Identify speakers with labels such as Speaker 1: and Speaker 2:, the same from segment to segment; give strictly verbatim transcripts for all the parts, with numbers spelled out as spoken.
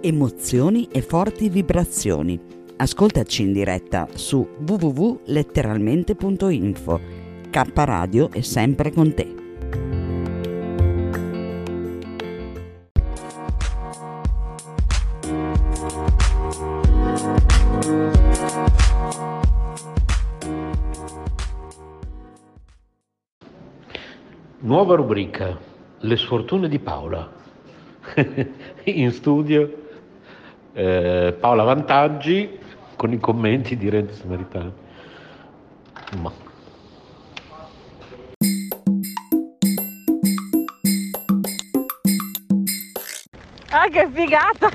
Speaker 1: Emozioni e forti vibrazioni. Ascoltaci in diretta su w w w punto letteralmente punto info. K Radio è sempre con te.
Speaker 2: Nuova rubrica, le sfortune di Paola. In studio eh, Paola Vantaggi con i commenti di Renzo Samaritano. Ma.
Speaker 3: Ah, che figata!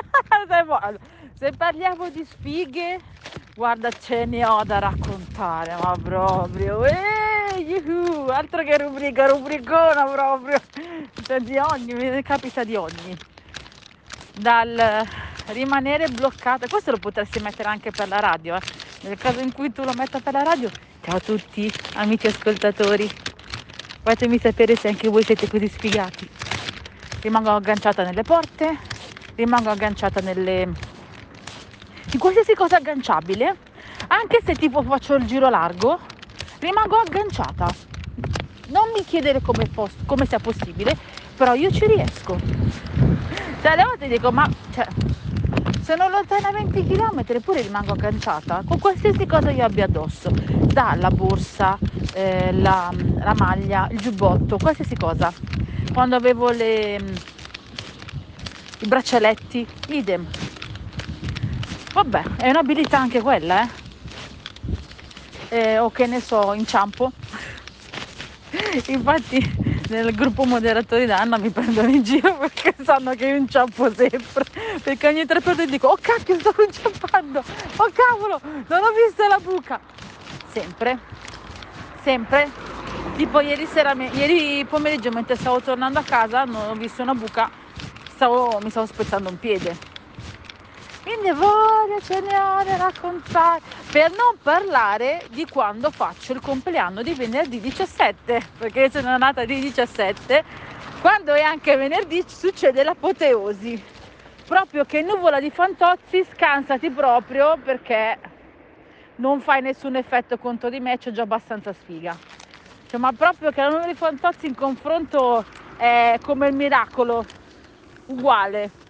Speaker 3: Se parliamo di sfighe, guarda, ce ne ho da raccontare, ma proprio, eh, yuhu, altro che rubrica, rubricona proprio, cioè di ogni, me ne capita di ogni, dal rimanere bloccata, questo lo potresti mettere anche per la radio, eh. Nel caso in cui tu lo metta per la radio, ciao a tutti amici ascoltatori, fatemi sapere se anche voi siete così sfigati. Rimango agganciata nelle porte, rimango agganciata nelle... in qualsiasi cosa agganciabile, anche se tipo faccio il giro largo, rimango agganciata. Non mi chiedere come, posso, come sia possibile, però io ci riesco. Cioè alle volte dico, ma cioè, sono lontana venti chilometri eppure rimango agganciata con qualsiasi cosa io abbia addosso, dalla borsa, eh, la, la maglia, il giubbotto, qualsiasi cosa. Quando avevo le, i braccialetti, idem. Vabbè, è un'abilità anche quella, eh? eh o che ne so, inciampo. Infatti nel gruppo moderatori d'Anna mi prendono in giro perché sanno che io inciampo sempre, perché ogni tre per due dico, oh cacchio, sto inciampando, oh cavolo, non ho visto la buca. Sempre, sempre. Tipo ieri sera, ieri pomeriggio mentre stavo tornando a casa, non ho visto una buca, stavo, mi stavo spezzando un piede. Quindi voglio, ce ne ho da raccontare, per non parlare di quando faccio il compleanno di venerdì diciassette, perché sono nata di diciassette, quando è anche venerdì succede l'apoteosi, proprio che nuvola di fantozzi, scansati proprio perché non fai nessun effetto contro di me, c'ho già abbastanza sfiga. Cioè, ma proprio che la nuvola di fantozzi in confronto è come il miracolo, uguale.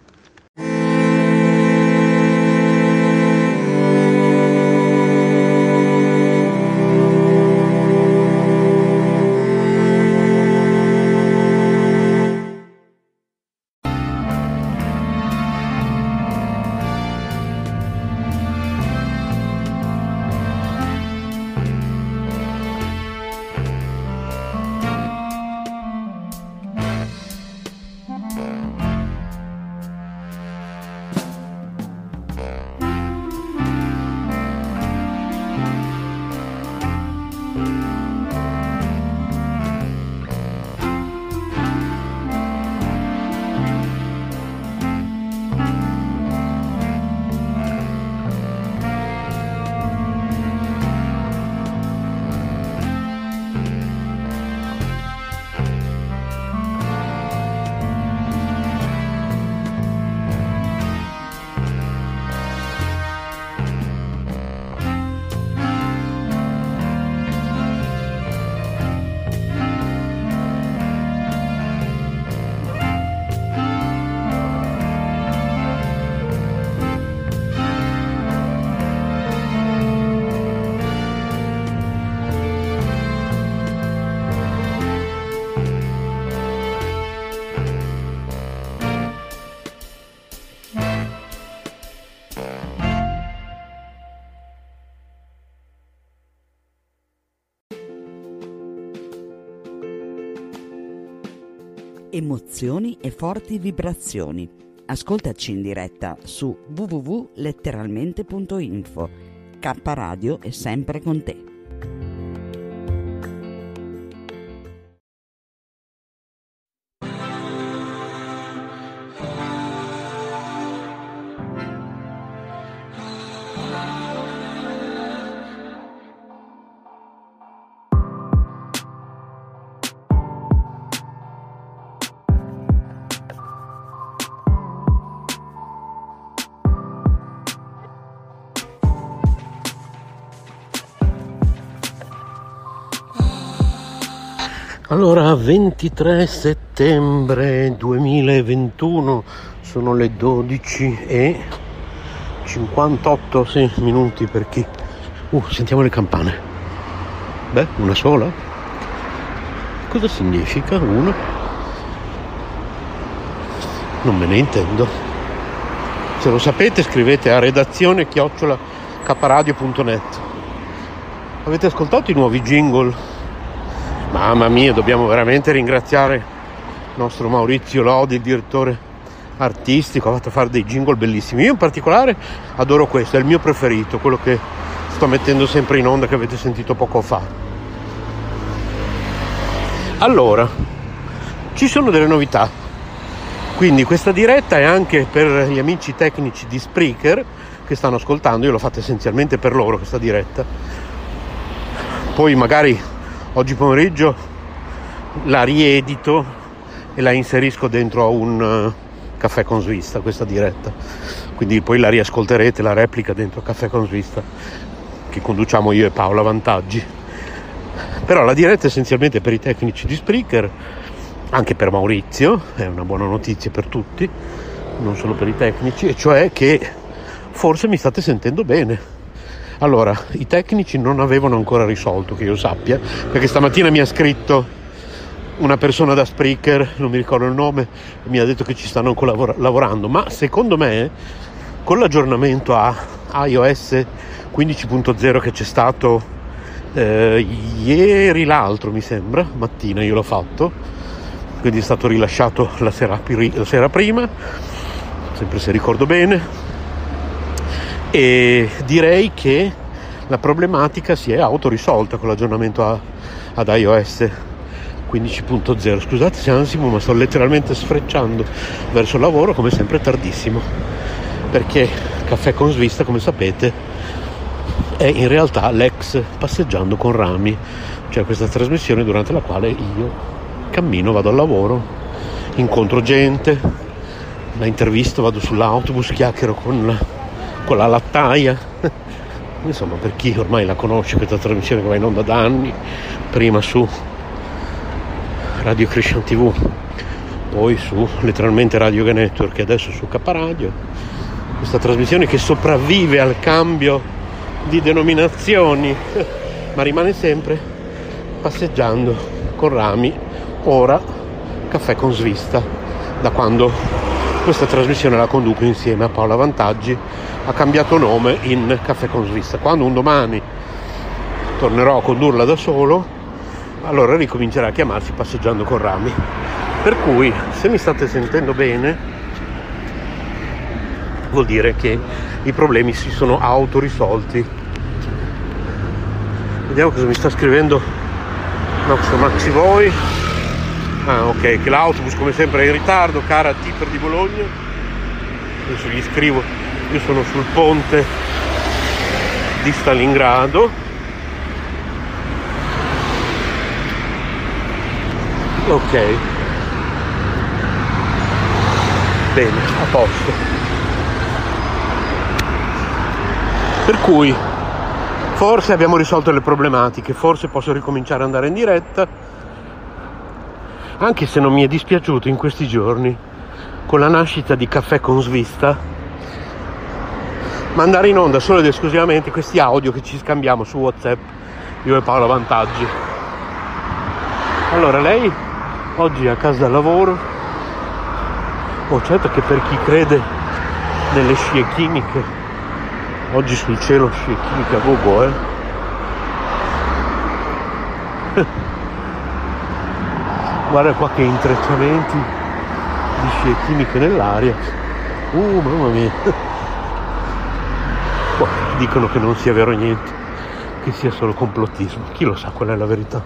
Speaker 1: Emozioni e forti vibrazioni. Ascoltaci in diretta su w w w punto letteralmente punto info. K Radio è sempre con te.
Speaker 2: Allora, ventitré settembre duemilaventuno, sono le dodici e cinquantotto sì, minuti per chi... Uh, sentiamo le campane. Beh, una sola? Cosa significa una? Non me ne intendo. Se lo sapete scrivete a redazione chiocciola caparadio punto net. Avete ascoltato i nuovi jingle? Mamma mia, dobbiamo veramente ringraziare il nostro Maurizio Lodi, il direttore artistico, ha fatto fare dei jingle bellissimi. Io in particolare adoro questo, è il mio preferito, quello che sto mettendo sempre in onda, che avete sentito poco fa. Allora, ci sono delle novità, quindi questa diretta è anche per gli amici tecnici di Spreaker che stanno ascoltando. Io l'ho fatta essenzialmente per loro questa diretta, poi magari oggi pomeriggio la riedito e la inserisco dentro a un uh, caffè con svista, questa diretta, quindi poi la riascolterete, la replica dentro Caffè con svista che conduciamo io e Paola Vantaggi. Però la diretta è essenzialmente per i tecnici di Spreaker, anche per Maurizio, è una buona notizia per tutti, non solo per i tecnici, e cioè che forse mi state sentendo bene. Allora, i tecnici non avevano ancora risolto, che io sappia, perché stamattina mi ha scritto una persona da Spreaker, non mi ricordo il nome, e mi ha detto che ci stanno ancora lavora- lavorando, ma secondo me con l'aggiornamento a iOS quindici punto zero che c'è stato eh, ieri l'altro, mi sembra, mattina io l'ho fatto, quindi è stato rilasciato la sera, la sera prima, sempre se ricordo bene, e direi che la problematica si è autorisolta con l'aggiornamento a, ad iOS quindici punto zero. Scusate se ansimo, ma sto letteralmente sfrecciando verso il lavoro, come sempre tardissimo, perché Caffè con svista, come sapete, è in realtà l'ex Passeggiando con Rami, cioè questa trasmissione durante la quale io cammino, vado al lavoro, incontro gente, la intervisto, vado sull'autobus, chiacchiero con la con la lattaia, insomma, per chi ormai la conosce questa trasmissione che va in onda da anni, prima su Radio Christian tivù, poi su letteralmente Radio Ga Network e adesso su Caparadio, questa trasmissione che sopravvive al cambio di denominazioni ma rimane sempre Passeggiando con Rami, ora Caffè con svista, da quando questa trasmissione la conduco insieme a Paola Vantaggi. Ha cambiato nome in Caffè con svista. Quando un domani tornerò a condurla da solo, allora ricomincerà a chiamarsi Passeggiando con Rami. Per cui, se mi state sentendo bene, vuol dire che i problemi si sono autorisolti. Vediamo cosa mi sta scrivendo nostro Maxi Voi. Ah, ok, che l'autobus come sempre è in ritardo, cara tipper di Bologna. Adesso gli scrivo. Io sono sul ponte di Stalingrado. Ok. Bene, a posto. Per cui forse abbiamo risolto le problematiche, forse posso ricominciare ad andare in diretta, anche se non mi è dispiaciuto in questi giorni, con la nascita di Caffè con svista, mandare in onda solo ed esclusivamente questi audio che ci scambiamo su WhatsApp, io e Paola Vantaggi. Allora, lei oggi è a casa da lavoro. Oh, certo che per chi crede nelle scie chimiche, oggi sul cielo scie chimiche a gogo, eh guarda qua che intrecciamenti di scie chimiche nell'aria. Uh, mamma mia. Dicono che non sia vero niente, che sia solo complottismo. Chi lo sa qual è la verità?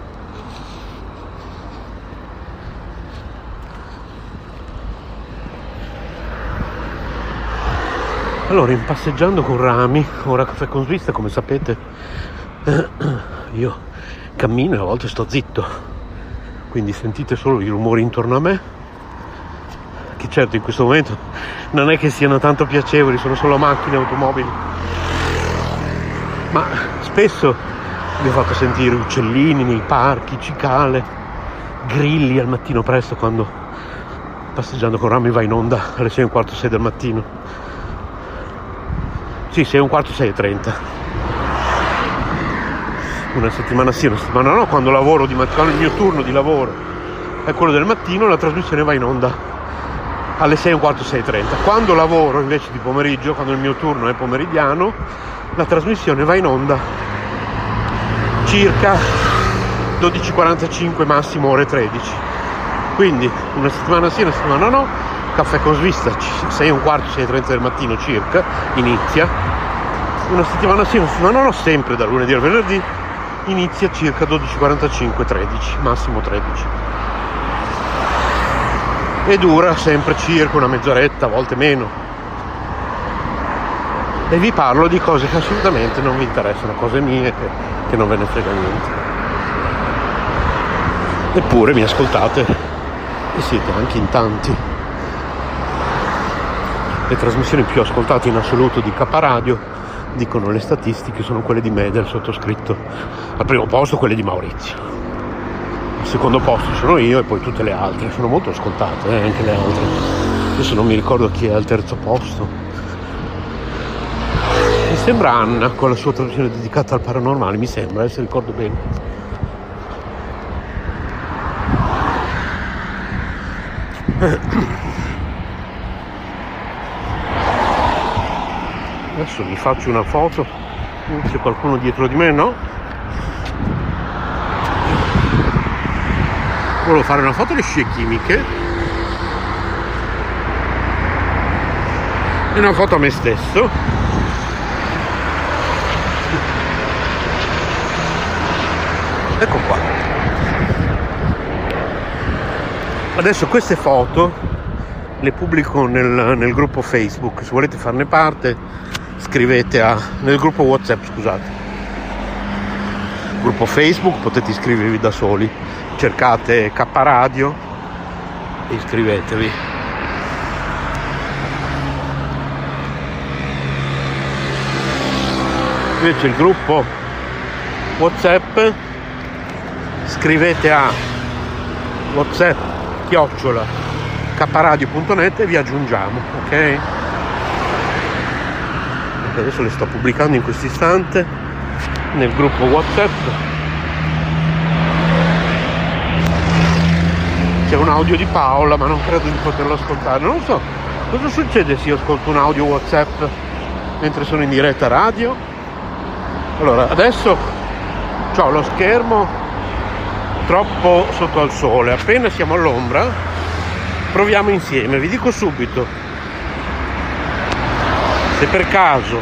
Speaker 2: Allora, in Passeggiando con Rami, ora Caffè con svista, come sapete, io cammino e a volte sto zitto, quindi sentite solo i rumori intorno a me, che certo in questo momento non è che siano tanto piacevoli, sono solo macchine, automobili, ma spesso vi ho fatto sentire uccellini nei parchi, cicale, grilli al mattino presto quando Passeggiando con Rami va in onda alle sei e un quarto, sei del mattino. Sì, sei e un quarto, sei e trenta. Una settimana sì, una settimana no. Quando lavoro di mattina, il mio turno di lavoro è quello del mattino, la trasmissione va in onda alle sei e un quarto, sei e trenta. Quando lavoro invece di pomeriggio, quando il mio turno è pomeridiano, la trasmissione va in onda circa dodici e quarantacinque, massimo ore tredici. Quindi una settimana sì, una settimana no. Caffè con Svista sei e un quarto, sei e trenta del mattino circa inizia. Una settimana sì, una settimana no, sempre da lunedì al venerdì inizia circa dodici e quarantacinque, tredici, massimo tredici. E dura sempre circa una mezz'oretta, a volte meno. E vi parlo di cose che assolutamente non vi interessano, cose mie che, che non ve ne frega niente. Eppure mi ascoltate e siete anche in tanti. Le trasmissioni più ascoltate in assoluto di K Radio, dicono le statistiche, sono quelle di me, del sottoscritto. Al primo posto quelle di Maurizio, al secondo posto sono io e poi tutte le altre. Sono molto ascoltate, eh, anche le altre. Adesso non mi ricordo chi è al terzo posto. Mi sembra Anna con la sua trasmissione dedicata al paranormale, mi sembra, eh, se ricordo bene. Adesso vi faccio una foto, c'è qualcuno dietro di me, no? Volevo fare una foto alle scie chimiche e una foto a me stesso. Ecco qua. Adesso queste foto le pubblico nel, nel gruppo Facebook. Se volete farne parte scrivete a nel gruppo WhatsApp, scusate, gruppo Facebook, potete iscrivervi da soli, cercate K Radio e iscrivetevi. Invece il gruppo WhatsApp scrivete a WhatsApp chiocciola kradio punto net e vi aggiungiamo, ok? Adesso le sto pubblicando in questo istante nel gruppo WhatsApp. C'è un audio di Paola, ma non credo di poterlo ascoltare. Non so cosa succede se io ascolto un audio WhatsApp mentre sono in diretta radio. Allora, adesso ho lo schermo troppo sotto al sole. Appena siamo all'ombra proviamo insieme. Vi dico subito, se per caso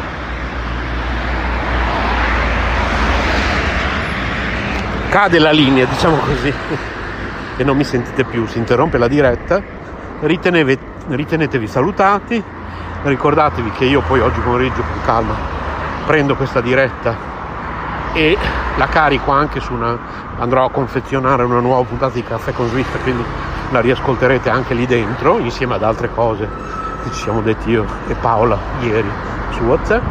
Speaker 2: cade la linea, diciamo così, e non mi sentite più, si interrompe la diretta, riteneve, ritenetevi salutati. Ricordatevi che io poi oggi pomeriggio con calma prendo questa diretta e la carico anche su una, andrò a confezionare una nuova puntata di Caffè con Svista, quindi la riascolterete anche lì dentro insieme ad altre cose che ci siamo detti io e Paola ieri su WhatsApp.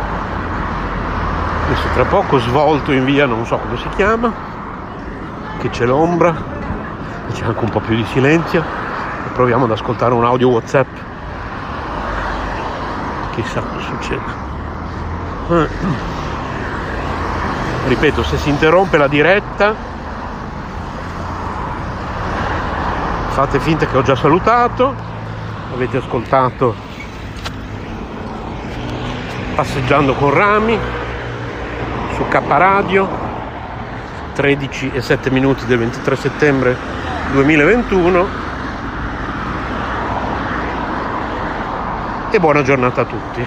Speaker 2: Adesso tra poco svolto in via, non so come si chiama, che c'è l'ombra e c'è anche un po' più di silenzio, e proviamo ad ascoltare un audio WhatsApp, chissà cosa succede. eh. Ripeto, se si interrompe la diretta fate finta che ho già salutato. Avete ascoltato Passeggiando con Rami su K Radio, tredici e sette minuti del ventitré settembre duemilaventuno, e buona giornata a tutti.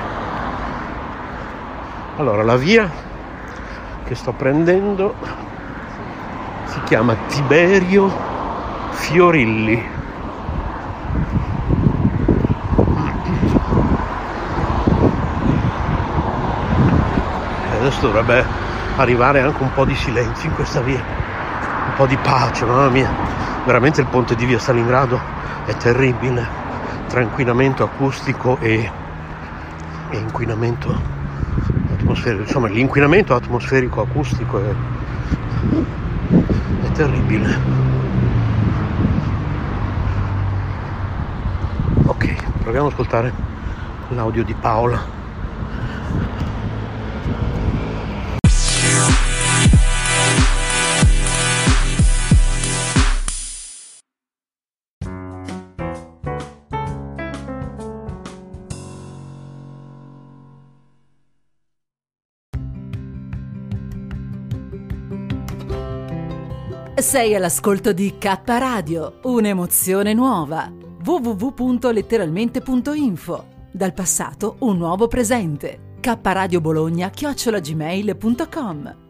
Speaker 2: Allora, la via che sto prendendo si chiama Tiberio Fiorilli. Adesso dovrebbe arrivare anche un po' di silenzio in questa via, un po' di pace. Mamma mia, veramente il ponte di via Stalingrado è terribile, tra inquinamento acustico e, e inquinamento atmosferico. Insomma, l'inquinamento atmosferico acustico è, è terribile. proviamo ad ascoltare l'audio di Paola.
Speaker 4: Sei all'ascolto di K Radio, un'emozione nuova. w w w punto letteralmente punto info. Dal passato un nuovo presente. K Radio Bologna chiocciola gmail punto com.